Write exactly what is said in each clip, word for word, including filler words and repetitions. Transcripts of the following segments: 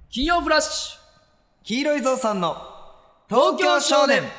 金曜フラッシュ黄色いぞうさんの東京少年。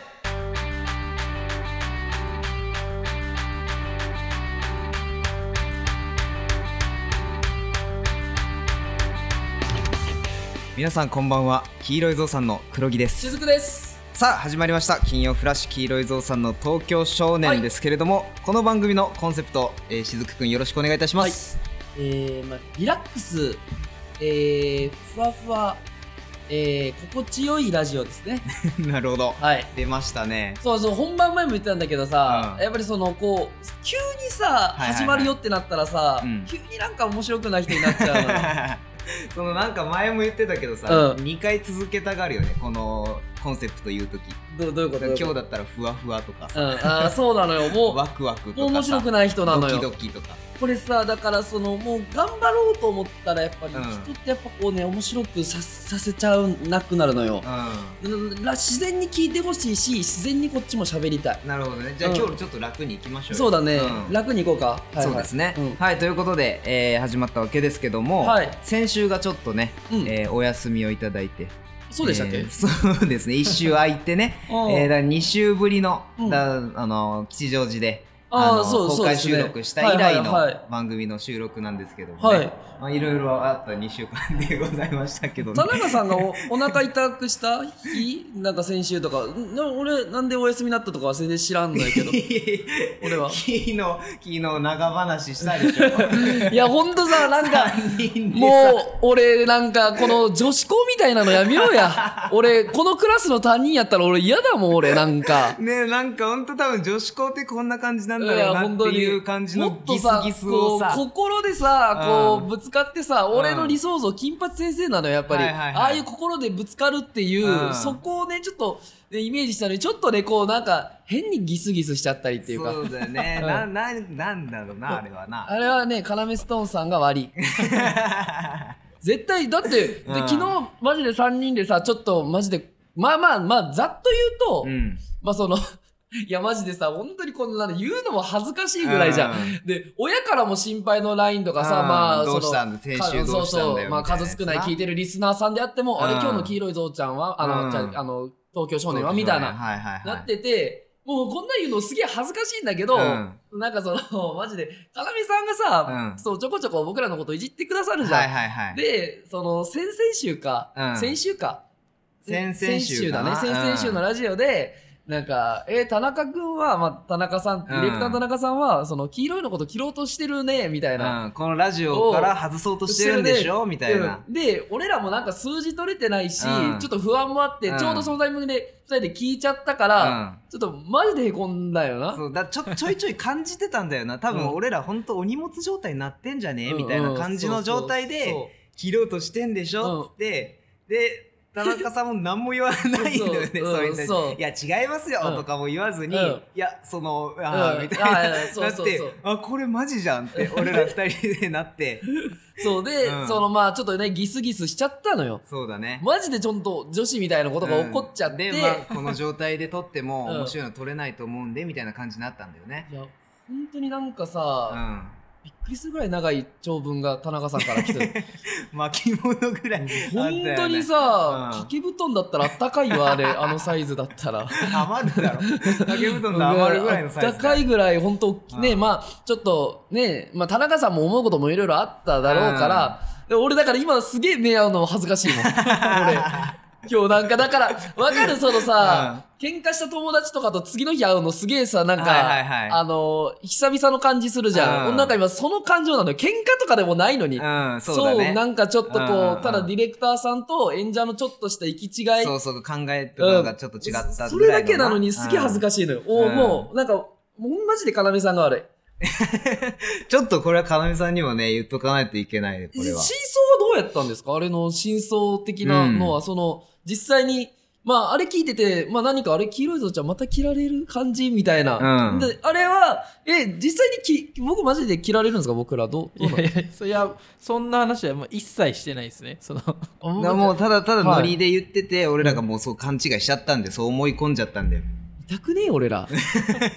皆さんこんばんは。黄色いぞうさんの黒木です。 しずくです。 さあ始まりました金曜フラッシュ黄色いぞうさんの東京少年ですけれども、はい、この番組のコンセプト、えー、しずくくんよろしくお願いいたします。 はい、えーまあ、リラックス、えー、ふわふわ、えー、心地よいラジオですね。 なるほど、 はい、 出ましたね。 そうそう、本番前も言ってたんだけどさ、うん、やっぱりそのこう急にさ、はいはいはい、始まるよってなったらさ、うん、急になんか面白くない人になっちゃうのよ。 そのなんか前も言ってたけどさ、うん、にかい続けたがるよね、このコンセプト言うとき。 ど, どういうこと？ 今日だったらふわふわとかさ、 うん、あそうなのよ。もうワクワクとかさ、 もう面白くない人なのよ。 ドキドキとか。これさ、だからそのもう頑張ろうと思ったらやっぱり人ってやっぱこうね、面白く さ, させちゃうなくなるのよ、うん、自然に聞いてほしいし、自然にこっちも喋りたい。 なるほどね。じゃあ、うん、今日ちょっと楽にいきましょうよ。 そうだね、うん、楽にいこうか。 はいはい、そうですね、うん、はい。ということで、えー、始まったわけですけども、はい、先週がちょっとね、うん、えー、お休みをいただいて。 そうでしたっけ？えー、 そうですね、いっ週空いてね、えー、だからに週ぶりの、うん、だあの吉祥寺であのそう公開収録した以来の番組の収録なんですけどもね、はい、まあ、いろいろあったにしゅうかんでございましたけどね。 田中さんが お, お腹痛くした日なんか先週とかな、俺なんでお休みになったとかは全然知らんないけど俺は昨日昨日長話したでしょ。 いやほんとさ、なんかもう俺なんかこの女子校みたいなのやめようや。俺このクラスの担任やったら俺嫌だもん。俺なんかね、なんかほんと多分女子校ってこんな感じなんだろうなっていう感じのギスギスをさ、 心でさこうぶつかってさ、うん、俺の理想像金八先生なのよやっぱり、はいはいはい、ああいう心でぶつかるっていう、うん、そこをねちょっと、ね、イメージしたのに、ちょっとねこうなんか変にギスギスしちゃったりっていうか。 そうだよね、うん、な, な, なんだろうなあれはな。 あれはね、カナメストーンさんが悪い。絶対だってで、うん、昨日マジでさんにんでさ、ちょっとマジでまあまあまあざっと言うと、うん、まあそのいやマジでさ、本当にこんなの言うのも恥ずかしいぐらいじゃん、うん、で親からも心配の ライン とかさ、うん、まあどうしたんだ先週どうしたんだよ、 まあ、数少ない聞いてるリスナーさんであっても、うん、あれ今日の黄色いぞうちゃんはあの、うん、じゃあの東京少年はみたいな、はいはいはい、なってて、もうこんな言うのすげえ恥ずかしいんだけど、うん、なんかそのマジでかなみさんがさ、うん、そうちょこちょこ僕らのこといじってくださるじゃん、はいはいはい、でその先々週か、うん、先週か先々週だね、先々週のラジオでなんか、えー、田中くんは、まあ、田中さん、ディレクターの田中さんは、その黄色いのこと切ろうとしてるねみたいな、 うん、このラジオから外そうとしてるんでしょみたいな、 うん、で俺らもなんか数字取れてないし、うん、ちょっと不安もあって、うん、ちょうどそのタイミングでふたりで聞いちゃったから、うん、ちょっとマジでへこんだよな。 そうだ、ちょちょいちょい感じてたんだよな。多分俺らほんとお荷物状態になってんじゃねみたいな感じの状態で切ろうとしてんでしょっつって、で田中さんも何も言わないのよね。それに対していや違いますよ、うん、とかも言わずに、うん、いやそのあ、うん、みたいななってあこれマジじゃんって俺ら二人でなってそうで、うん、そのまあちょっとねギスギスしちゃったのよ。 そうだね、 マジでちょっと女子みたいなことが起こっちゃって、 うん、で、まあ、この状態で撮っても面白いの撮れないと思うんでみたいな感じになったんだよね。 いや本当になんかさ、うんびっくりするぐらい長い長文が田中さんから来てる。 巻物ぐらい本当にさ、掛け布団だったらあったかいわあれ、あのサイズだったら余るだろ。掛け布団で余るぐらいのサイズだ。 あったかいぐらい本当ね、まあちょっとね、まあ田中さんも思うこともいろいろあっただろうから、で俺だから今すげえ目合うの恥ずかしいもん。俺今日なんかだから分かる、そのさ、うん、喧嘩した友達とかと次の日会うのすげえさ、なんか、はいはいはい、あのー、久々の感じするじゃん、うん、なんか今その感情なのよ。喧嘩とかでもないのに、うん、そうだね、そうなんかちょっとこう、うん、ただディレクターさんと演者のちょっとした行き違い、 そうそう考えとかがちょっと違ったぐらいの、うん、 それだけなのにすげえ恥ずかしいのよ、うん、おもうなんかもうマジで要さんが悪い。 ちょっとこれは要さんにもね言っとかないといけないね、これは。 真相はどうやったんですか、あれの真相的なのは、うん、その実際にまああれ聞いてて、まあ何かあれ黄色いぞちゃんまた切られる感じみたいな、うん、であれはえ実際にき僕マジで切られるんですか、僕らどう、どういやいやそいやそんな話はもう一切してないですね。そのだもうただただノリで言ってて、はい、俺らがもうそう勘違いしちゃったんで、そう思い込んじゃったんだよ。 痛くねえ俺ら。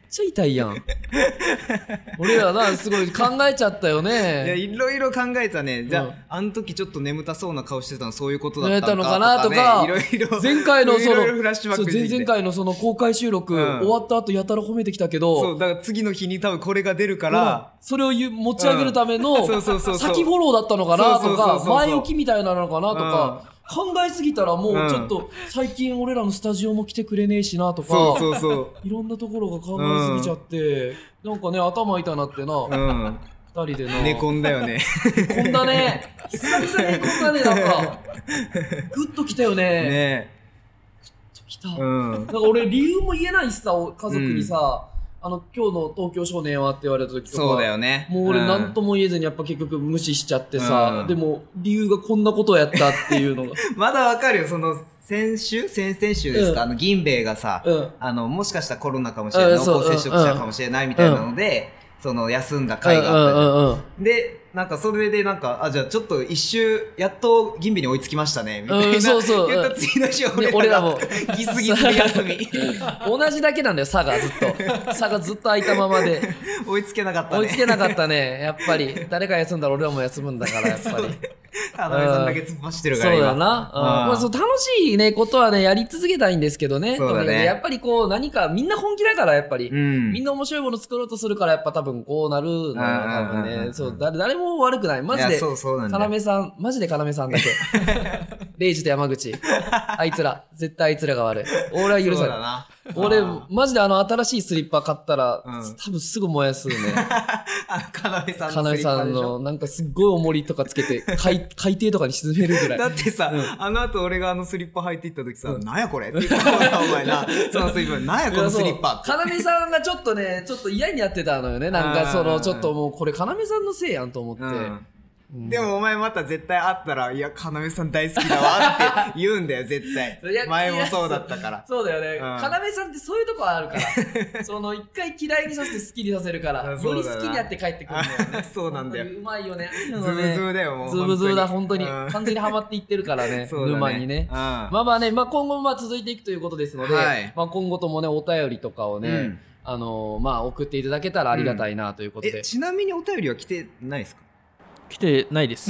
ちゃ痛いやん俺らなすごい考えちゃったよね。 いやいろいろ考えたね。じゃあ、 うん、 あの時ちょっと眠たそうな顔してたのそういうことだったのかなとか、 いろいろ前回のそのフラッシュバック前々回のその公開収録、うん、終わった後やたら褒めてきたけど、 そうだから次の日に多分これが出るからそれを持ち上げるための先フォローだったのかなとか前置きみたいなのかなとか、うん考えすぎたらもうちょっと最近俺らのスタジオも来てくれねえしなとか、 そうそうそういろんなところが考えすぎちゃって、うん、なんかね頭痛なってな、うん、ふたりでな寝込んだよね寝込んだね久々に寝込んだねなんかグッときたよねねグッときた、 うん、 なんか俺理由も言えないしさ家族にさ、うんあの今日の東京少年はって言われた時とかそうだよねもう俺何とも言えずにやっぱ結局無視しちゃってさ、うん、でも理由がこんなことやったっていうのがまだわかるよその先週先々週ですか、うん、あの銀兵衛がさ、うん、あのもしかしたらコロナかもしれない、うん、濃厚接触者かもしれないみたいなので、うん、その休んだ回があったじゃん、うんうんうん、でなんかそれでなんかあじゃあちょっと一周やっと銀兵衛に追いつきましたねみたいな、うん、そうそう言った次の週俺らもギスギスで休み同じだけなんだよ差がずっと差がずっと空いたままで追いつけなかったね追いつけなかったねやっぱり誰か休んだら俺らも休むんだからやっぱり田辺さんだけ突っ走ってるからそうだな、うんまあ、そう楽しいねことはねやり続けたいんですけどねそうだねやっぱりこう何かみんな本気だからやっぱり、うん、みんな面白いもの作ろうとするからやっぱ多分こうなるの多分ねそう誰誰も悪くないマジでそうそうなんだ要さんマジで要さんだけレイジと山口あいつら絶対あいつらが悪い俺は許さない俺マジであの新しいスリッパ買ったら、うん、多分すぐ燃やすねあの要さんのスリッパでしょ。 要さんのなんかすっごい重りとかつけて海, 海底とかに沈めるぐらいだってさ、うん、あの後俺があのスリッパ履いていった時さ、うん、なんやこれって言ったお前なそのスリッパなんやこのスリッパって要さんがちょっとねちょっと嫌になってたのよねなんかそのちょっともうこれ要さんのせいやんと思って、うんうん、でもお前また絶対会ったらいや要さん大好きだわって言うんだよ絶対前もそうだったからそうだよね、うん、要さんってそういうとこあるからその一回嫌いにさせて好きにさせるからより好きになって帰ってくるんだよねそうなんだようまいよねズブズブだよもうズブズブだ本当に、うん、完全にハマっていってるからね沼にね、うん、まあまあね、まあ、今後もまあ続いていくということですので、はいまあ、今後ともねお便りとかをね、うんあのー、まあ送っていただけたらありがたいなということで、うん、 えちなみにお便りは来てないですか来てないです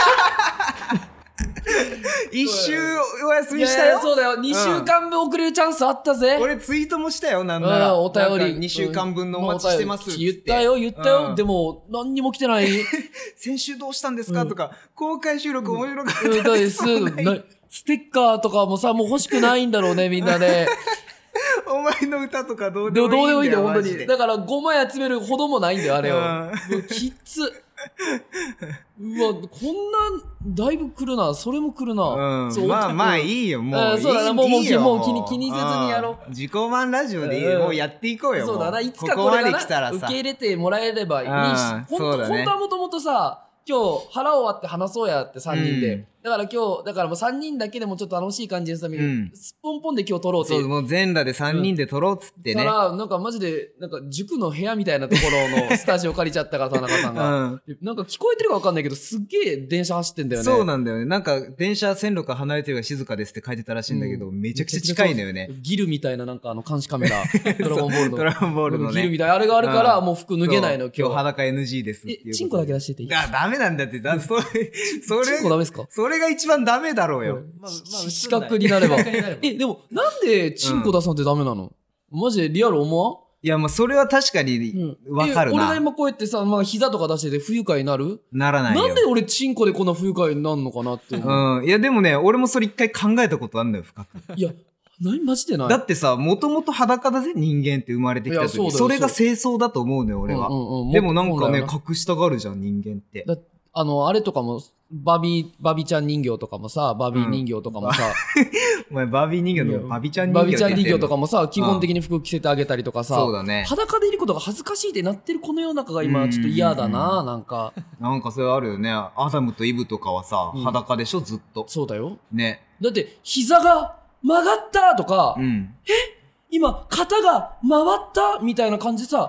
一周お休みしたよ。いやいやそうだよにしゅうかんぶん遅れるチャンスあったぜ、 うん、俺ツイートもしたよなんなら、うん、 お便りにしゅうかんぶんのお待ちしてますって言ったよ言ったよ、うん、でも何にも来てない先週どうしたんですか、うん、とか公開収録面白かったです、うん、ステッカーとかもさもう欲しくないんだろうねみんなでお前の歌とかどうでもいいんだよ。どうでもいいんだよ本当に。だからごまい集めるほどもないんだよあれを。もうきっつ。うわこんなだいぶ来るなそれも来るな。 うん、まあまあいいよもう。 そうだなもうもうもう気に気にせずにやろう。 自己満ラジオでいい、うん、もうやっていこうよ。 そうだないつかこれがな受け入れてもらえればいいし。本当本当はもともとさ。今日腹終わって話そうやってさんにんで、うん、だから今日だからもうさんにんだけでもちょっと楽しい感じにするために、うん、スポンポンで今日撮ろうってそうもう全裸でさんにんで撮ろうっつってね、 だからなんかマジでなんか塾の部屋みたいなところのスタジオ借りちゃったから田中さんが、うん、なんか聞こえてるか分かんないけどすっげえ電車走ってんだよね。 そうなんだよねなんか電車線路から離れてるから静かですって書いてたらしいんだけど、うん、めちゃくちゃ近いんだよね。 ギルみたいななんかあの監視カメラドラゴンボールのドラゴンボールのねギルみたいなあれがあるから、うん、もう服脱げないの今日今日裸 エヌジー ですっていうえチンコだけ出してていい？ あダメなんだってだそれそれチンコダメですか？ それが一番ダメだろうよ、うんまあまあ、視覚になればえでもなんでチンコ出すのってダメなの、うん、マジでリアル思わん？ いやまあそれは確かに分かるな、うん、 俺が今こうやってさ、まあ、膝とか出してて不愉快になる？ ならないよ。 なんで俺チンコでこんな不愉快になるのかなって思う、うん、いやでもね俺もそれ一回考えたことあるんだよ深く。 いや何マジでない？ だってさもともと裸だぜ人間って生まれてきた時 そ, それが清掃だと思うね俺は、うんうんうん、でもなんかね隠したがるじゃん人間って。 だあのあれとかもバビバビちゃん人形とかもさバビ人形とかもさ、 うん、お前バビ人形のバビちゃん人形バビちゃん人形とかもさ基本的に服着せてあげたりとかさ、 そうだね、 裸でいることが恥ずかしいってなってるこの世の中が今ちょっと嫌だな、なんかなんかそれあるよね。アダムとイブとかはさ、うん、裸でしょずっと。 そうだよね。 だって膝が曲がったとか、 うん、 え今肩が回ったみたいな感じでさ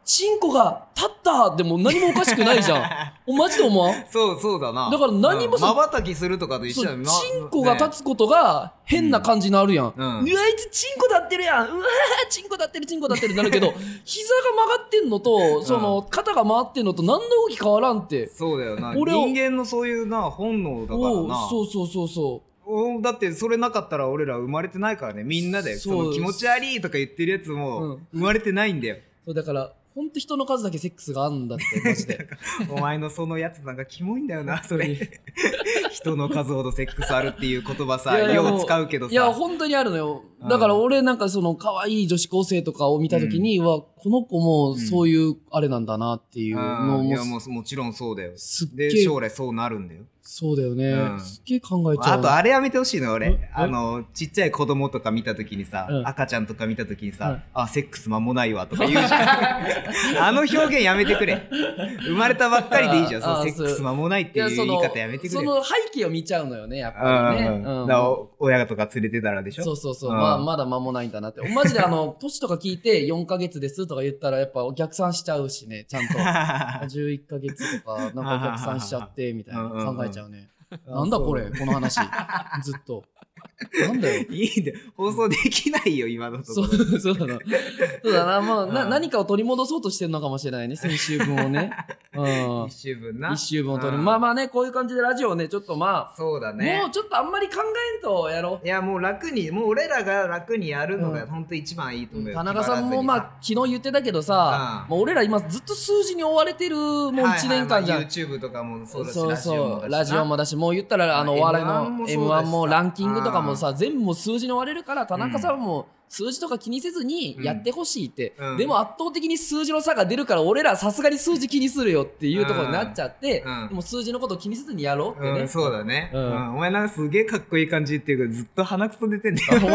チンコが立ったでも何もおかしくないじゃんおマジで思わんそうそうだな。 だから何もまばたきするとかと一緒だよ。 チンコが立つことが変な感じになるやん、うん、うわあいつチンコ立ってるやん、うわーチンコ立ってるチンコ立ってるなるけど膝が曲がってんのとその肩が回ってんのと何の動き変わらんって。 そうだよな。人間のそういうな本能だからな。 そうそうそうそうだってそれなかったら俺ら生まれてないからね。みんなでその気持ち悪いとか言ってるやつも生まれてないんだよ、うん、 そうだからほんと人の数だけセックスがあるんだってマジでお前のそのやつなんかキモいんだよなそれ人の数ほどセックスあるっていう言葉さよう使うけどさ。 いや本当にあるのよ。だから俺なんかその可愛い女子高生とかを見た時に、うん、はこの子もそういうあれなんだなっていうのも、 うん、いやもうもちろんそうだよ。で将来そうなるんだよ。 そうだよね、うん、すっげえ考えちゃう。 あとあれやめてほしいの俺。あのちっちゃい子供とか見た時にさ、うん、赤ちゃんとか見た時にさ、うん、あセックス間もないわとか言うじゃんあの表現やめてくれ。生まれたばっかりでいいじゃん。そうセックス間もないっていう言い方やめてくれ。 その背景を見ちゃうのよねやっぱりね、 うんうん、だから親とか連れてたらでしょ。 そうそうそう、うん、まあ、まだ間もないんだなってマジで。あの年とか聞いてよんかげつですとか言ったらやっぱ逆算しちゃうしね。ちゃんとじゅういっかげつとかなんか逆算しちゃってみたいな考えちゃうね。なんだこれこの話ずっとなんだよ。 いいんだよ放送できないよ今のところ。 そうそうだなそうだな、まあ、な何かを取り戻そうとしてるのかもしれないね先週分をね、うん、 一週分な一週分を取る、まあまあねこういう感じでラジオをねちょっとまあそうだねもうちょっとあんまり考えんとやろう。 いやもう楽にもう俺らが楽にやるのが本当一番いいと思うよ、 うん、田中さんもまあ昨日言ってたけどさ、うん、もう俺ら今ずっと数字に追われてるもういちねんかんじゃん、 はいはいまあ、YouTube とかもそうだしそうそうラジオもだしもう言ったらあのお笑いの エムワン もランキングとかもさ全部もう数字に追われるから田中さんも数字とか気にせずにやってほしいって、うん、でも圧倒的に数字の差が出るから俺らさすがに数字気にするよっていうところになっちゃって、うん、でも数字のことを気にせずにやろうってね、 うん、そうだね、うんうん、お前なんかすげえかっこいい感じっていうかずっと鼻くそ出てんだよ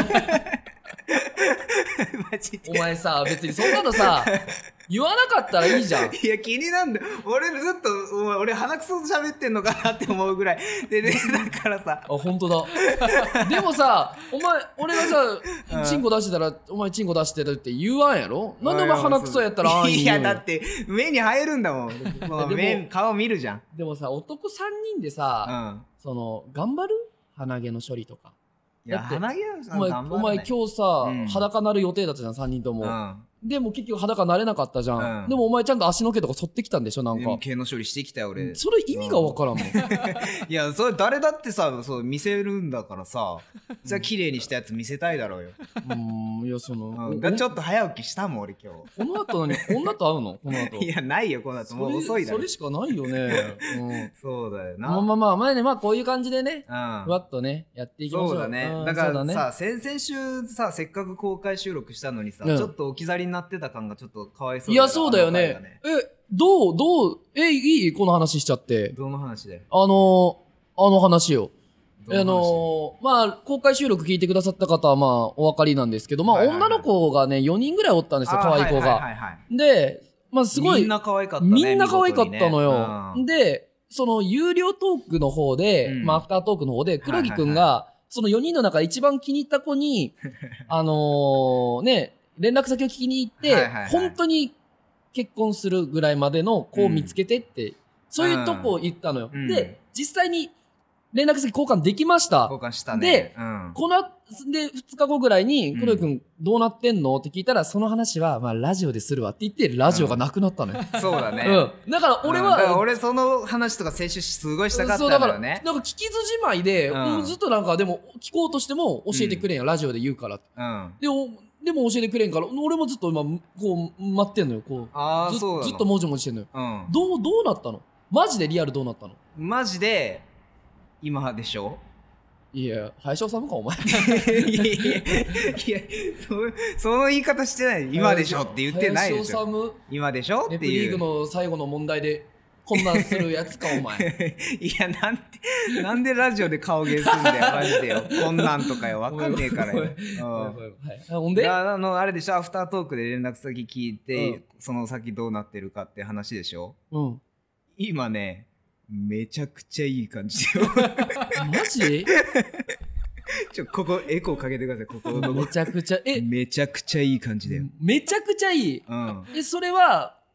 マジでお前さ別にそんなのさ言わなかったらいいじゃん。 いや気になんだよ俺ずっとお前俺鼻くそ喋ってんのかなって思うぐらいででだからさあ本当だでもさお前俺がさチンコ出してたらお前チンコ出してるって言わんやろ。なんでお前鼻くそやったらあんいやだって目に入るんだもん目顔見るじゃん。 でもさ男さんにんでさ、うん、その頑張る鼻毛の処理とか。 いや鼻毛はさお前お前今日さ、うん、裸なる予定だったじゃんさんにんとも、うんでも結局裸なれなかったじゃん、うん、でもお前ちゃんと足の毛とか剃ってきたんでしょなんか毛の処理してきたよ俺。 それ意味がわからんもん、うん、 いやそれ誰だってさそう見せるんだからさじゃあ綺麗にしたやつ見せたいだろうよ。 うんいやその、 うん、だちょっと早起きしたもん俺今日。 この後何こんなと会うのこの後いやないよこの後もう遅いだろ。 それしかないよね、うん、 そうだよな。 まあまあまあ前ねまあこういう感じでね、うん、ふわっとねやっていきましょう。 そうだね、うん、だからさ、ね、先々週させっかく公開収録したのにさ、うん、ちょっと置き去りになってた感がちょっとかわいそうだよ。 いやそうだよね。えどうどうえいいこの話しちゃって。 どの話で？ あのあの話よ。あのまあ公開収録聞いてくださった方はまあお分かりなんですけど、まあ、はいはいはい、女の子がねよにんぐらいおったんですよ可愛い子が、はいはいはい、でまあすごいみんな可愛かったね。 みんな可愛かったのよ、うん、でその有料トークの方で、うん、まあアフタートークの方で黒木くんが、はいはいはい、そのよにんの中で一番気に入った子にあのー、ね連絡先を聞きに行って、はいはいはい、本当に結婚するぐらいまでの子を見つけてって、うん、そういうとこを言ったのよ、うん、で実際に連絡先交換できました。 交換したね。 で、 うん、 このでふつかごぐらいに黒井くんどうなってんのって聞いたら、その話はまあラジオでするわって言ってラジオがなくなったのよ、 うん、そうだね、 うん、だから俺は、 うん、から俺その話とか先週すごいしたかったんだよね。そうだからなんか聞きずじまいで、うん、ずっとなんかでも聞こうとしても教えてくれんや、うん、ラジオで言うから、うん、ででも教えてくれんから俺もずっと今こう待ってんのよこうあずそうずっともじもじしてんのよ、 うん、 どうどうなったのマジでリアルどうなったのマジで今でしょ。 いや林修かお前いやいやいや そ, その言い方してない。今でしょって言ってないでしょ。今でしょっていうネプリーグの最後の問題でこんなんするやつかお前いやなんてなんでラジオで顔芸すんだよマジでよこんなんとかよ分かんねえからよほんであのあれでしょアフタートークで連絡先聞いて、うん、その先どうなってるかって話でしょ、うん、今ねめちゃくちゃいい感じよマジちょここエコーかけてくださいここめちゃくちゃえめちゃくちゃいい感じだよ。 めちゃくちゃいい、 うん、 えそれは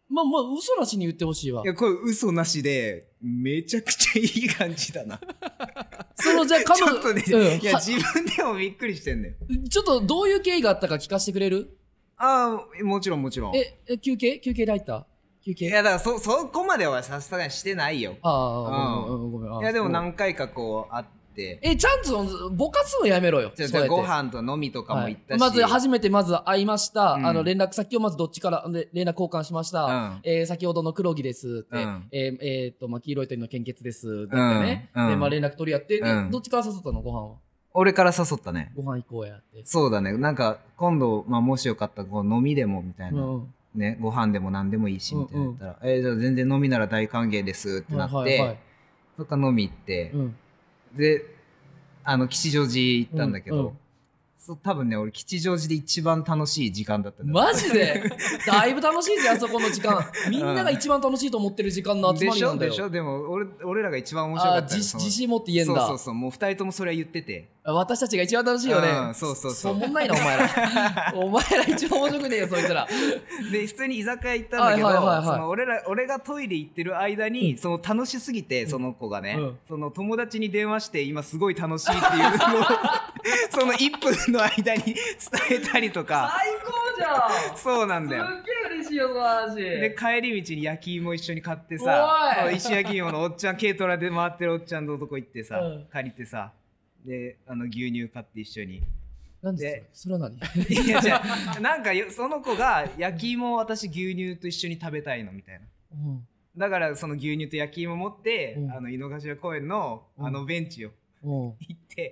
まあまあ嘘なしに言ってほしいわ。 いやこれ嘘なしでめちゃくちゃいい感じだな。 そのじゃあ彼女ちょっとね、 うんいや自分でもびっくりしてんだよ。 ちょっとどういう経緯があったか聞かせてくれる？ ああもちろんもちろん。 ええ休憩休憩で入った？休憩？ いやだからそそこまではさすがにしてないよ。 ああ、ごめんごめんごめん。 いやでもそう何回かこうあって。 えちゃんとぼかすのやめろよ。 じゃあそうやってご飯と飲みとかも行ったし、 はい、まず初めてまず会いました、 うん、 あの連絡先をまずどっちからで連絡交換しました、 うんえー、先ほどの黒木ですって、 うんえーえー、っとまあ、黄色い鳥の献血ですだってね、 うんうんでまあ、連絡取り合って、でうんどっちから誘ったのご飯は？ 俺から誘ったね。 ご飯行こうやって。 そうだね、なんか今度、まあ、もしよかったらこう飲みでもみたいな、 うんね、ご飯でも何でもいいしみたいな言ったら、うんうん、えー、じゃあ全然飲みなら大歓迎ですってなって、はいはいはい、そっから飲み行って、うん、であの吉祥寺行ったんだけど、うんうん、そう多分ね俺吉祥寺で一番楽しい時間だったんだ。 マジでだいぶ楽しいぜあそこの時間。みんなが一番楽しいと思ってる時間の集まりなんだよ。 でしょでしょ。でも 俺, 俺らが一番面白かったよ。 自信持って言えんだ。 そうそうそう、もう二人ともそれは言ってて、 私たちが一番楽しいよね、 うん、そうそうそう。 そうもんないなお前らお前ら一番面白くねえよそいつらで普通に居酒屋行ったんだけど、 はいはいはいはい、その俺ら俺がトイレ行ってる間に、うん、その楽しすぎてその子がね、うん、その友達に電話して今すごい楽しいっていうのをそのいっぷんの間に伝えたりとか。 最高じゃん。 そうなんだよ。 すっげえ嬉しいよその話で帰り道に焼き芋一緒に買ってさ、石焼き芋のおっちゃん軽トラで回ってるおっちゃんのとこ行ってさ、うん、借りてさ、であの牛乳買って一緒に。 なんでそれは何？ いやじゃあなんかその子が焼き芋を私牛乳と一緒に食べたいのみたいな、うん、だからその牛乳と焼き芋持って、うん、あの井の頭公園の、うん、あのベンチを、うん、行って、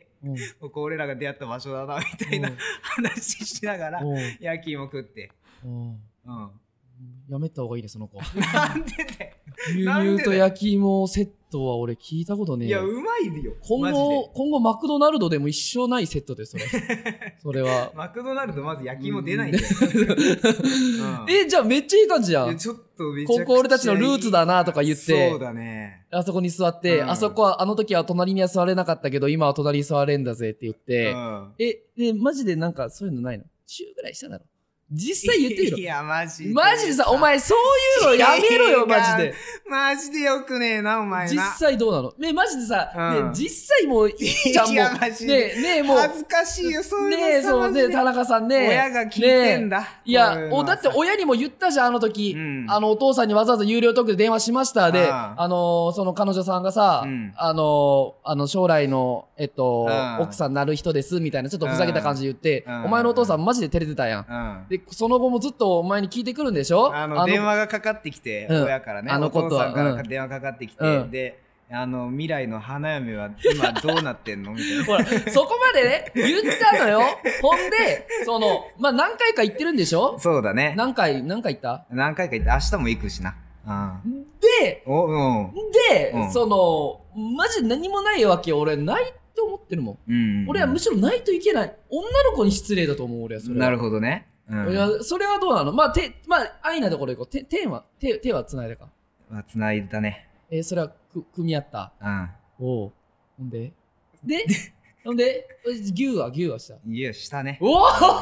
うん、ここ俺らが出会った場所だなみたいな、うん、話しながら、うん、焼き芋食って、うんうん、 やめた方がいいねその子。 なんでだよ。 牛乳と焼き芋セットは俺聞いたことねえ。 いやうまいよ今後今後マクドナルドでも一生ないセットでそれそれはマクドナルドまず焼き芋出ないんだよ、 うん、えじゃあめっちゃいい感じじゃん。 ちょっとめちゃくちゃいい。 ここ俺たちのルーツだなとか言ってそうだね、 あそこに座って、うん、あそこはあの時は隣には座れなかったけど今は隣に座れんだぜって言って、うん、えでマジでなんかそういうのないの？チューぐらいしただろ実際言ってみろ。 いやマジでマジでさお前そういうのやめろよマジで。 マジでよくねえなお前な。 実際どうなの？ねマジでさ、うんね、実際もういいじゃんもう。いやマジで。ねねもう恥ずかしいよそういうのさ。 ねそうね田中さんね。 親が聞いてんだ。ね、 いやおだって親にも言ったじゃんあの時、うん、あのお父さんにわざわざ有料特で電話しましたで、あ, あのー、その彼女さんがさ、うん、あのー、あの将来のえっと奥さんになる人ですみたいなちょっとふざけた感じで言って、お前のお父さんマジで照れてたやん。でその後もずっととお前に聞いてくるんでしょ。 あの電話がかかってきて、うん、親からねあのお父さんから電話かかってきて、うん、であの未来の花嫁は今どうなってんのみたいなほらそこまでね言ったのよほんでそのまあ何回か言ってるんでしょ。 そうだね。 何回何回言った何回か言って明日も行くしな、うん、 でお、うん、で、うん、そのマジ何もないわけよ俺ないって思ってるもん、うんうんうん、俺はむしろないといけない女の子に失礼だと思う俺はそれは。 なるほどね。 うん、いやそれはどうなの。まあてまあ安易なところでいこう。て手は手手はつないだか。 まあつないだね。 えー、それはく組み合った。 うん。 おお。ほんででほんで牛は牛はした。 いやしたね。 おおお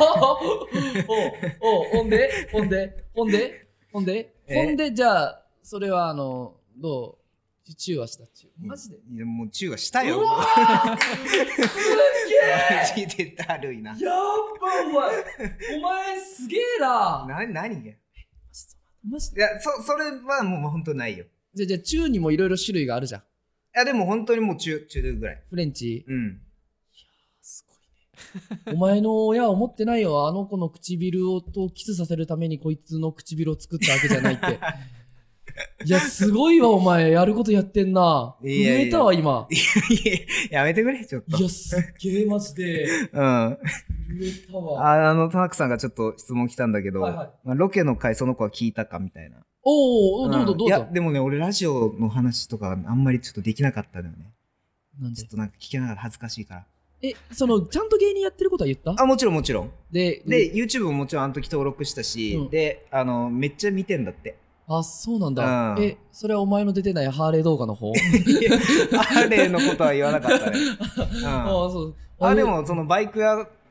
おほんでほんでほんでほんでほんでじゃあそれはあのどう。チューはしたチューマジで。 いやもうチューはしたよ。 うわーすげえマジでだるいな。 やっばお前お前すげえな。 な何がマジで。 いやそそれはもう本当ないよ。 じゃあじゃあチューにもいろいろ種類があるじゃん。いやでも本当にもうチューチューぐらい。 フレンチ。 うん。いやすごいね。お前の親は思ってないよあの子の唇をとキスさせるためにこいつの唇を作ったわけじゃないって。いやすごいわお前やることやってんな。震えたわ今。 いやいややめてくれちょっと。 いやすっげえマジで。うん。震えたわ。 ああの田中さんがちょっと質問来たんだけど、はいはい、まあ、ロケの回その子は聞いたかみたいな。 おお、うん、どうぞどうぞ。 いやでもね俺ラジオの話とかあんまりちょっとできなかったのよね。なんでちょっとなんか聞けながら恥ずかしいから。 えそのちゃんと芸人やってることは言った？ あもちろんもちろん。 でで YouTube ももちろんあの時登録したし、うん、であのめっちゃ見てんだって。 あ、そうなんだ、うん。え、それはお前の出てないハーレー動画の方？ハーレーのことは言わなかったね。うん、あそう。あ、でもそのバイク屋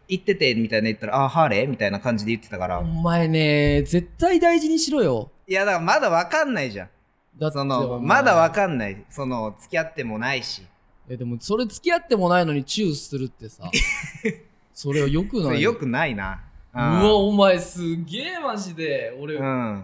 行っててみたいな言ったら、あ、ハーレーみたいな感じで言ってたから。 お前ね、絶対大事にしろよ。 いや、だからまだわかんないじゃん。 だってその、まだわかんない。その、付き合ってもないし。 え、でもそれ付き合ってもないのにチューするってさ。それはよくない。 それよくないな。 うわ、お前すげえマジで。俺、 うん。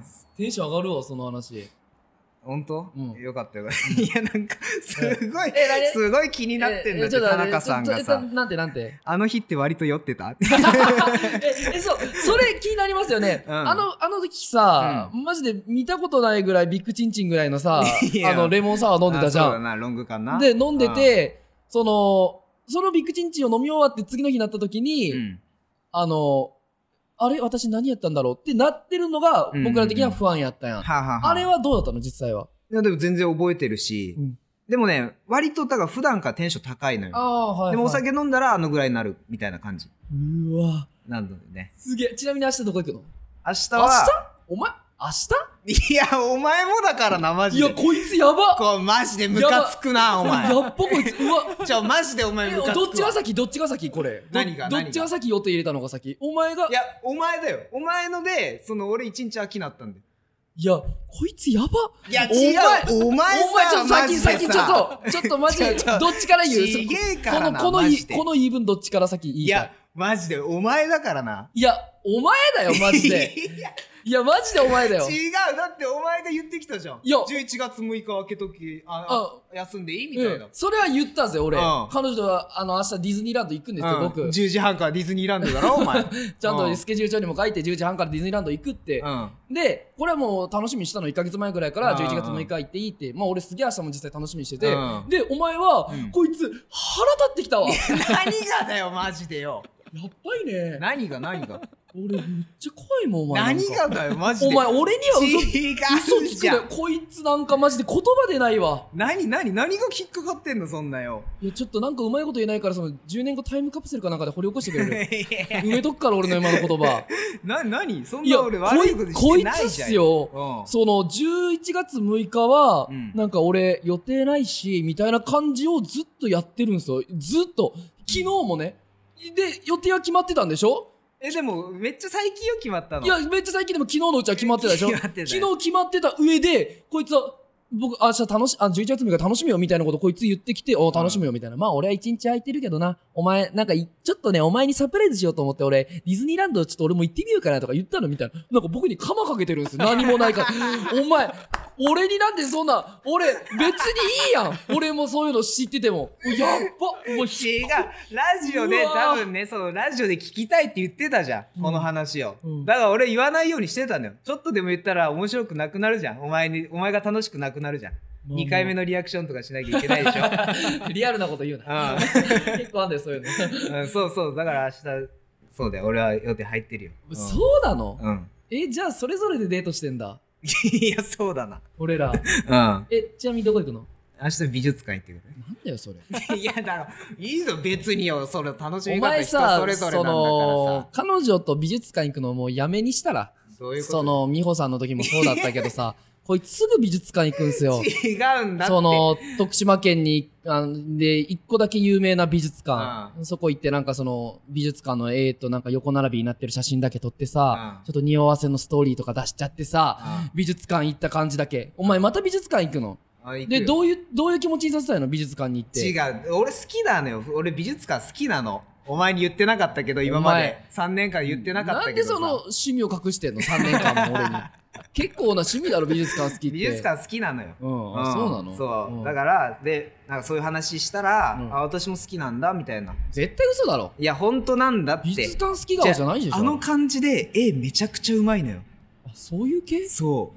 テンション上がるわ、その話。 本当？ うん、 よかったよかった。いや、なんか、すごい、 えすごい気になってんだって、田中さんがさ。 なんてなんて。 あの日って割と酔ってた？ え、え、そう、それ気になりますよね。うん、あの、あの時さ、うん、マジで見たことないぐらいビッグチンチンぐらいのさ、あの、レモンサワー飲んでたじゃん。 そうだな、ロング缶な。 で、飲んでて、うん、その、そのビッグチンチンを飲み終わって次の日になった時に、うん、あの、あれ私何やったんだろうってなってるのが僕ら的には不安やったやん。うんうんうん、はははあれはどうだったの実際は。 いやでも全然覚えてるし、うん、でもね、割とだから普段からテンション高いのよ。あ、はいはい、でもお酒飲んだらあのぐらいになるみたいな感じ。 うわ。 なんだろうね。 すげえ。ちなみに明日どこ行くの？ 明日は。 明日？お前明日？ いや、お前もだからな、マジで。 いや、こいつやば。 こう、マジでムカつくな、お前。 やっぱこいつ、うわ。 ちょ、マジでお前ムカつくわ。 どっちが先どっちが先これ。 何がどっちが先予定入れたのが先。お前が。 いや、お前だよ。お前ので、その俺一日秋なったんで。 いや、こいつやば。 いや、違う。お前さ、 お前ちょっと先、先、ちょっと、ちょっとマジで、どっちから言う？ ちげえからな、 この、この、この言い分どっちから先言いたい？ いや、マジで、お前だからな。 いや、お前だよ、マジで。いや、マジでお前だよ。 違う、だってお前が言ってきたじゃん。いや、じゅういちがつむいか開けとき、あ、あ休んでいいみたいな、うん。それは言ったぜ、俺。うん、彼女は、あの、明日ディズニーランド行くんですよ、うん、僕。 じゅうじはんからディズニーランドだろ、お前。 ちゃんとスケジュール帳にも書いて、じゅうじはんからディズニーランド行くって。うん、で、これはもう楽しみにしたのいっかげつまえぐらいから、じゅういちがつむいか行っていいって。まあ、俺すげえ明日も実際楽しみにしてて。うん、で、お前は、うん、こいつ、腹立ってきたわ。 何がだよ、マジでよ。 やっばいね。 何が何が俺めっちゃ怖いもん、お前。 何がだよ、マジで。 お前、俺には嘘、 違う嘘つくね。こいつなんかマジで言葉出ないわ。 何、何、何が引っかかってんの、そんなよ。 いや、ちょっとなんかうまいこと言えないから、そのじゅうねんごタイムカプセルかなんかで掘り起こしてくれる。埋めとくから、俺の今の言葉。 な、何そんな俺悪いことしてないじゃん。 こいつっすよ。うん、その、じゅういちがつむいかは、うん、なんか俺予定ないし、みたいな感じをずっとやってるんですよ。ずっと。昨日もね。で、予定は決まってたんでしょ？ え、でも、めっちゃ最近よ、決まったの。 いや、めっちゃ最近でも昨日のうちは決まってたでしょ？昨日決まってた上で、こいつは、僕、明日楽し、あ、じゅういちがつむいか楽しみよみたいなことこいつ言ってきて、お、楽しみよみたいな。まあ、俺は一日空いてるけどな。お前、なんか、ちょっとね、お前にサプライズしようと思って、俺、ディズニーランドちょっと俺も行ってみようかなとか言ったのみたいな。なんか僕に鎌かけてるんですよ。何もないから。お前、俺になんでそんな、俺、別にいいやん。俺もそういうの知ってても。やっば、もう違う。ラジオで、多分ね、そのラジオで聞きたいって言ってたじゃん。うん、この話を、うん。だから俺言わないようにしてたのよ。ちょっとでも言ったら面白くなくなるじゃん。お前に、お前が楽しくなくなるじゃん。にかいめのリアクションとかしなきゃいけないでしょ。 リアルなこと言うな。うん、結構あんだよ、そういうの。 うん、そうそう。だから明日、そうだよ。俺は予定入ってるよ。 うん、そうなの？ うん。 え、じゃあそれぞれでデートしてんだ。 いや、そうだな。 俺ら。 うん。 え、ちなみにどこ行くの？ 明日美術館行ってくる。 なんだよ、それ。 いや、だから、いいぞ、別によ。それ楽しみ方人それぞれなんだからさ。お前さ、その、 彼女と美術館行くのもうやめにしたら。 どういうこと？ その、美穂さんの時もそうだったけどさ。こいつすぐ美術館行くんすよ。 違うんだって。 その、徳島県に、あで、一個だけ有名な美術館。そこ行ってなんかその、美術館の絵となんか横並びになってる写真だけ撮ってさ、ちょっと匂わせのストーリーとか出しちゃってさ、美術館行った感じだけ。お前また美術館行くの？で、どういう、どういう気持ちにさせたいの？美術館に行って。 違う。俺好きなのよ。俺美術館好きなの。お前に言ってなかったけど、今までさんねんかん言ってなかったけどさ。 なんでその趣味を隠してんの？さんねんかんも俺に。結構な趣味だろ、美術館好きって。 美術館好きなのよ。 うん、あ、そうなの？ そう。だから、で、なんかそういう話したら、あ、私も好きなんだ、みたいな。 絶対嘘だろ。 いや、本当なんだって。 美術館好き顔じゃないでしょ。 あの感じで絵めちゃくちゃうまいのよ。 あ、そういう系？ そう。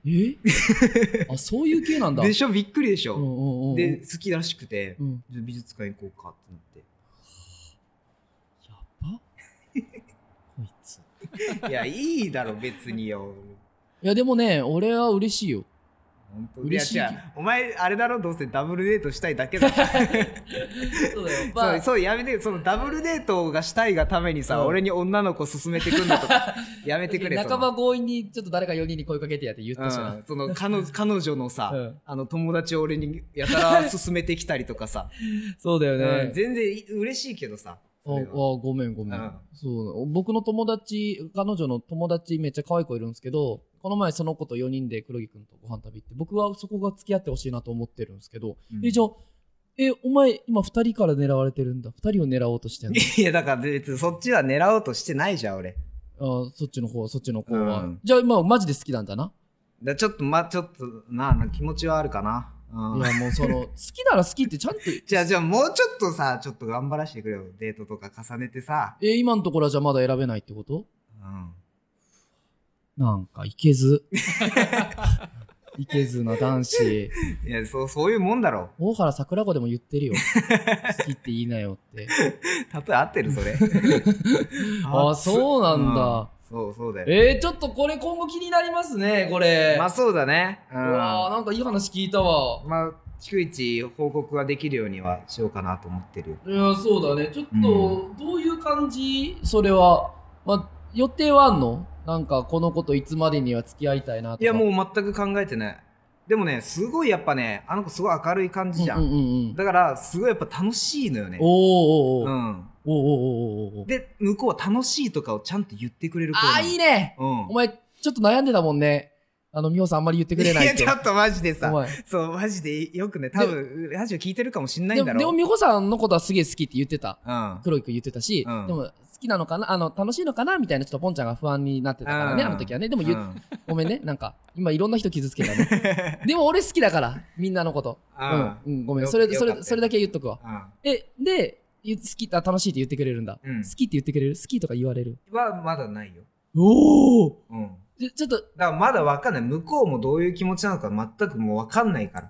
えあ、そういう系なんだ。 でしょ、びっくりでしょ。 うんうんうん、 で、好きらしくて、うん、美術館行こうかってなって。 やばこいつ。 いや、いいだろ、別によ。 いや、でもね、俺は嬉しいよ。 本当嬉しい。お前、あれだろ、どうせダブルデートしたいだけだ。そうだよ。まあ、そう、そう、やめて、そのダブルデートがしたいがためにさ、うん、俺に女の子勧めてくんだとか、やめてくれ。 半ば強引にちょっと誰かよにんに声かけてやって言ったしな、うん、 その彼彼女のさ、うん、あの友達を俺にやたら勧めてきたりとかさ。 そうだよね、 うん。全然嬉しいけどさ。 ああごめんごめん、うん、そう僕の友達彼女の友達めっちゃ可愛い子いるんですけど、この前その子とよにんで黒木くんとご飯食べ行って、僕はそこが付き合ってほしいなと思ってるんですけど、うん、えじゃあえお前今ふたりから狙われてるんだ、ふたりを狙おうとしてんの？ いやだから別にそっちは狙おうとしてないじゃん俺。 あそっちの方そっちの子は、うん、じゃあ今マジで好きなんだな。 だちょっとまちょっとなな気持ちはあるかな。 うん、いやもうその好きなら好きってちゃんとじゃあじゃあもうちょっとさちょっと頑張らせてくれよ、デートとか重ねてさ。 え今のところはじゃあまだ選べないってこと？ うんなんかいけずいけずな男子。 いやそうそういうもんだろ。 大原桜子でも言ってるよ好きって言いなよって。 例え合ってるそれあそうなんだ、うんそうそうだよ。 えー、ちょっとこれ今後気になりますねこれ。 まあそうだね。 うん、うわーなんかいい話聞いたわ。 まあ逐一報告ができるようにはしようかなと思ってるよ。 いやそうだねちょっと、うん、どういう感じそれは、まあ、予定はあんの？なんかこの子といつまでには付き合いたいなとか。 いやもう全く考えてない。でもねすごいやっぱねあの子すごい明るい感じじゃん、うんうんうん、だからすごいやっぱ楽しいのよね。 おーおーおー、 うんおおおおおで向こうは楽しいとかをちゃんと言ってくれる子。 あーいいね、うん、お前ちょっと悩んでたもんね。あの美穂さんあんまり言ってくれないって。 いやちょっとマジでさそうマジでよくね多分ラジオ聞いてるかもしんないんだろ。 でも美穂さんのことはすげえ好きって言ってた、うん、黒井くん言ってたし、 うん、 でも好きなのかなあの楽しいのかなみたいなちょっとポンちゃんが不安になってたからね、うん、あの時はね。でも、うん、ごめんねなんか今いろんな人傷つけたねでも俺好きだからみんなのこと、うんうん、ごめんそれそれそれだけ言っとくわ、うん、えで好きだ楽しいって言ってくれるんだ、うん、好きって言ってくれる？好きとか言われる？ はまだないよ。 おお、 うん、 ち, ちょっとだからまだ分かんない。向こうもどういう気持ちなのか全くもう分かんないから。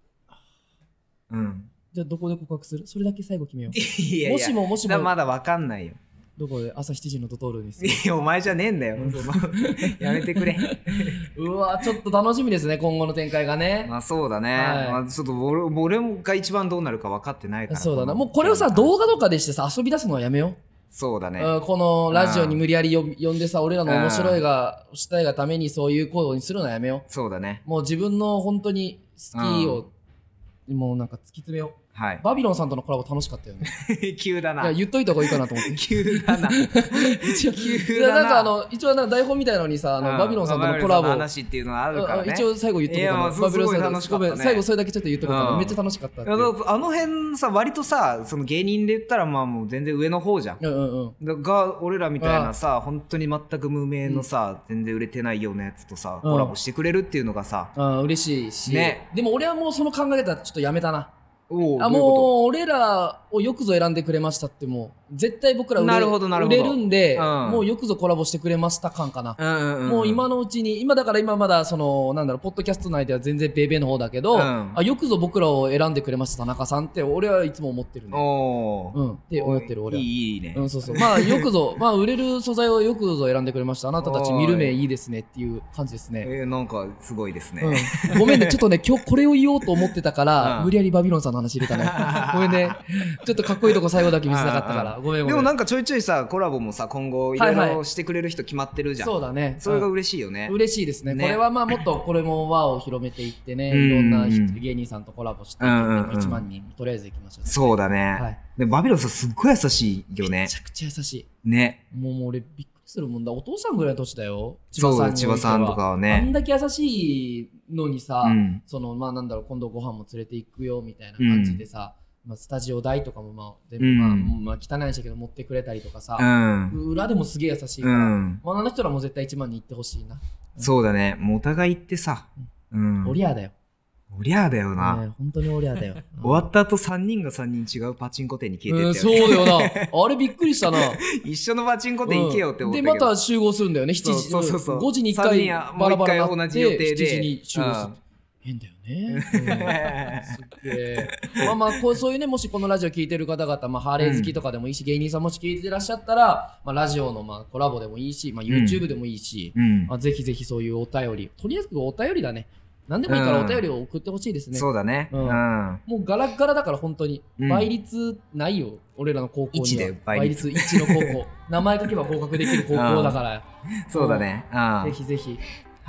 うんじゃあどこで告白する？それだけ最後決めよう。 いやいやもしももしもまだ分かんないよ。 どこで朝しちじのドトールにする？ いやお前じゃねえんだよやめてくれうわちょっと楽しみですね今後の展開がね。 まあそうだね、はいまあ、ちょっと 俺, 俺が一番どうなるか分かってないから。 そうだなもうこれをさ動画とかでしてさ遊び出すのはやめよう。 そうだね、 うん、このラジオに無理やり呼んでさ俺らの面白いがしたいがためにそういう行動にするのはやめよう。 そうだねもう自分の本当に好きを、うん、もうなんか突き詰めよう。 はい、 バビロンさんとのコラボ楽しかったよね急だな。 いや言っといた方がいいかなと思って急だな一応急だな。なんかあの一応なんか台本みたいのにさあのバビロンさんとのコラボの話っていうのがあるからね。 一応最後言っとこうかな。バビロンさん楽しかったね。最後それだけちょっと言っとこうかな。めっちゃ楽しかったって。 あの辺さ割とさその芸人で言ったらまあもう全然上の方じゃん。 うんうんうん。 が俺らみたいなさ本当に全く無名のさ、うん、全然売れてないようなやつとさコラボしてくれるっていうのがさ、 うん、あ嬉しいし、ね、でも俺はもうその考え方ちょっとやめたな。 おあもう俺らをよくぞ選んでくれましたってもう絶対僕ら売 れ, 売れるんで、うん、もうよくぞコラボしてくれました感かな、 うんうんうん、 もう今のうちに今だから今まだそのなんだろうポッドキャスト内では全然ベーベーの方だけど、うん、あよくぞ僕らを選んでくれました田中さんって俺はいつも思ってるね。 おうんって思ってる俺は。 いいね。 うんそうそうまあよくぞまあ売れる素材をよくぞ選んでくれましたあなたたち見る目いいですねっていう感じですね。 えー、なんかすごいですね、 うん、ごめんねちょっとね今日これを言おうと思ってたから、うん、無理やりバビロンさんの話入れたねごめんねちょっとかっこいいとこ最後だけ見せなかったからごめんごめん。 でもなんかちょいちょいさコラボもさ今後いろいろしてくれる人決まってるじゃん、 はいはい、そうだねそれが嬉しいよね、 うん、嬉しいです ね, ねこれはまあもっとこれも輪を広めていってねいろんな芸人さんとコラボしていっていちまんにんとりあえず行きましょう、ね、 そうだね、はい、でバビロンさんすっごい優しいよね。 めちゃくちゃ優しいね。 もうもう俺びっくりするもんだお父さんぐらいの年だよ千葉さん。千葉さんとかはねあんだけ優しいのにさ、 うん、 そのまあなんだろう今度ご飯も連れて行くよみたいな感じでさ、うんまあ、スタジオ代とかもまあ全部、うんまあまあ、汚いんだけど持ってくれたりとかさ、 うん、 裏でもすげえ優しいから、うんまあ、あの人らも絶対いちまんに行ってほしいな、 うん、そうだねもうお互い行ってさ、 うんうん、おりゃだよおりゃだよな、 ね、本当におりゃだよ、 うん、終わった後さんにんがさんにん違うパチンコ店に消えてったよね、うん、そうだよなあれびっくりしたな一緒のパチンコ店行けよって思ったけど、 うん、でまた集合するんだよねしちじそうそうそうごじにいっかいバラバラになってしちじに集合する、 うん変だよね、うん、すっげえまあまあこうそういうねもしこのラジオ聞いてる方々、まあ、ハーレー好きとかでもいいし、うん、芸人さんもし聞いてらっしゃったら、まあ、ラジオのまあコラボでもいいし、まあ、YouTube でもいいし、 うんまあ、ぜひぜひそういうお便りとりあえずお便りだね何でもいいからお便りを送ってほしいですね、 うん、そうだね、うんうん、 もうガラッガラだから本当に、うん、倍率ないよ俺らの高校にはいちで倍率倍率いちの高校名前書けば合格できる高校だから、 うん、そうだね、 うん、ぜひぜひ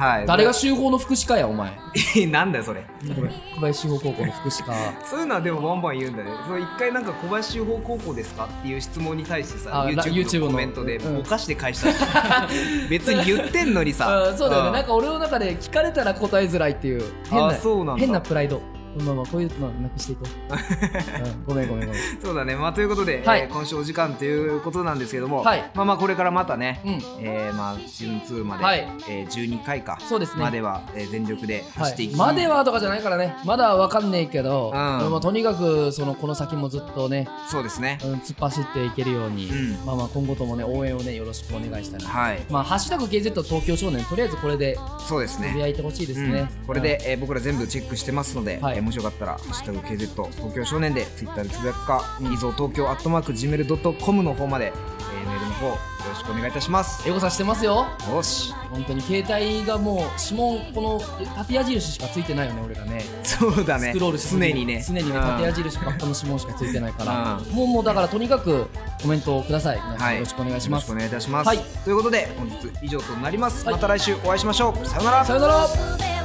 はい誰が修法の福祉課やお前。 なんだよそれ。 ごめん、小林修法高校の福祉課。 そういうのはでもバンバン言うんだね。そう一回なんか小林修法高校ですかっていう質問に対してさ、 あ YouTube のコメントでぼかして返したし、別に言ってんのにさ。 あそうだよね、なんか俺の中で聞かれたら答えづらいっていう変なそうなんだ変なプライド。まあまあこういうのなくしていこう、うん、ごめんごめんごめん。 そうだね。まあということで、 はいえー今週お時間ということなんですけども、 はいまあまあこれからまたね、 うんえーまあシーズンツーまで、 はいえーじゅうにかいかそうですねまでは、えー全力で走っていき、 はい、まではとかじゃないからね、まだわかんねえけど、 うんまあ、とにかくそのこの先もずっとね、 そうですね。 うん、突っ走っていけるように、 うんまあまあ今後ともね応援をねよろしくお願いしたいな。 はい。 まあハッシュタグ ケーゼット 東京少年、とりあえずこれでそうですね。 つぶやいてほしいですね。 うんこれで、えー僕ら全部チェックしてますので、 はいえーもしよかったら「ハッシュタグ ケーゼット 東京少年」で Twitter でつぶやくか「いぞ東京アットマーク ジーメールドットコム」の方まで、えーメールの方よろしくお願いいたします。 エゴサしてますよ。 よし。 本当に携帯がもう指紋この縦矢印しかついてないよね俺らね。 そうだね。 スクロールして常にね。 常にねうん縦矢印ばっかの指紋しかついてないから、 うもうもうだからとにかくコメントをください。皆さはい。 んよろしくお願いします。 よろしくお願いいたします。 はいということで本日以上となります。 はいまた来週お会いしましょう。さようなら。 さよなら。 「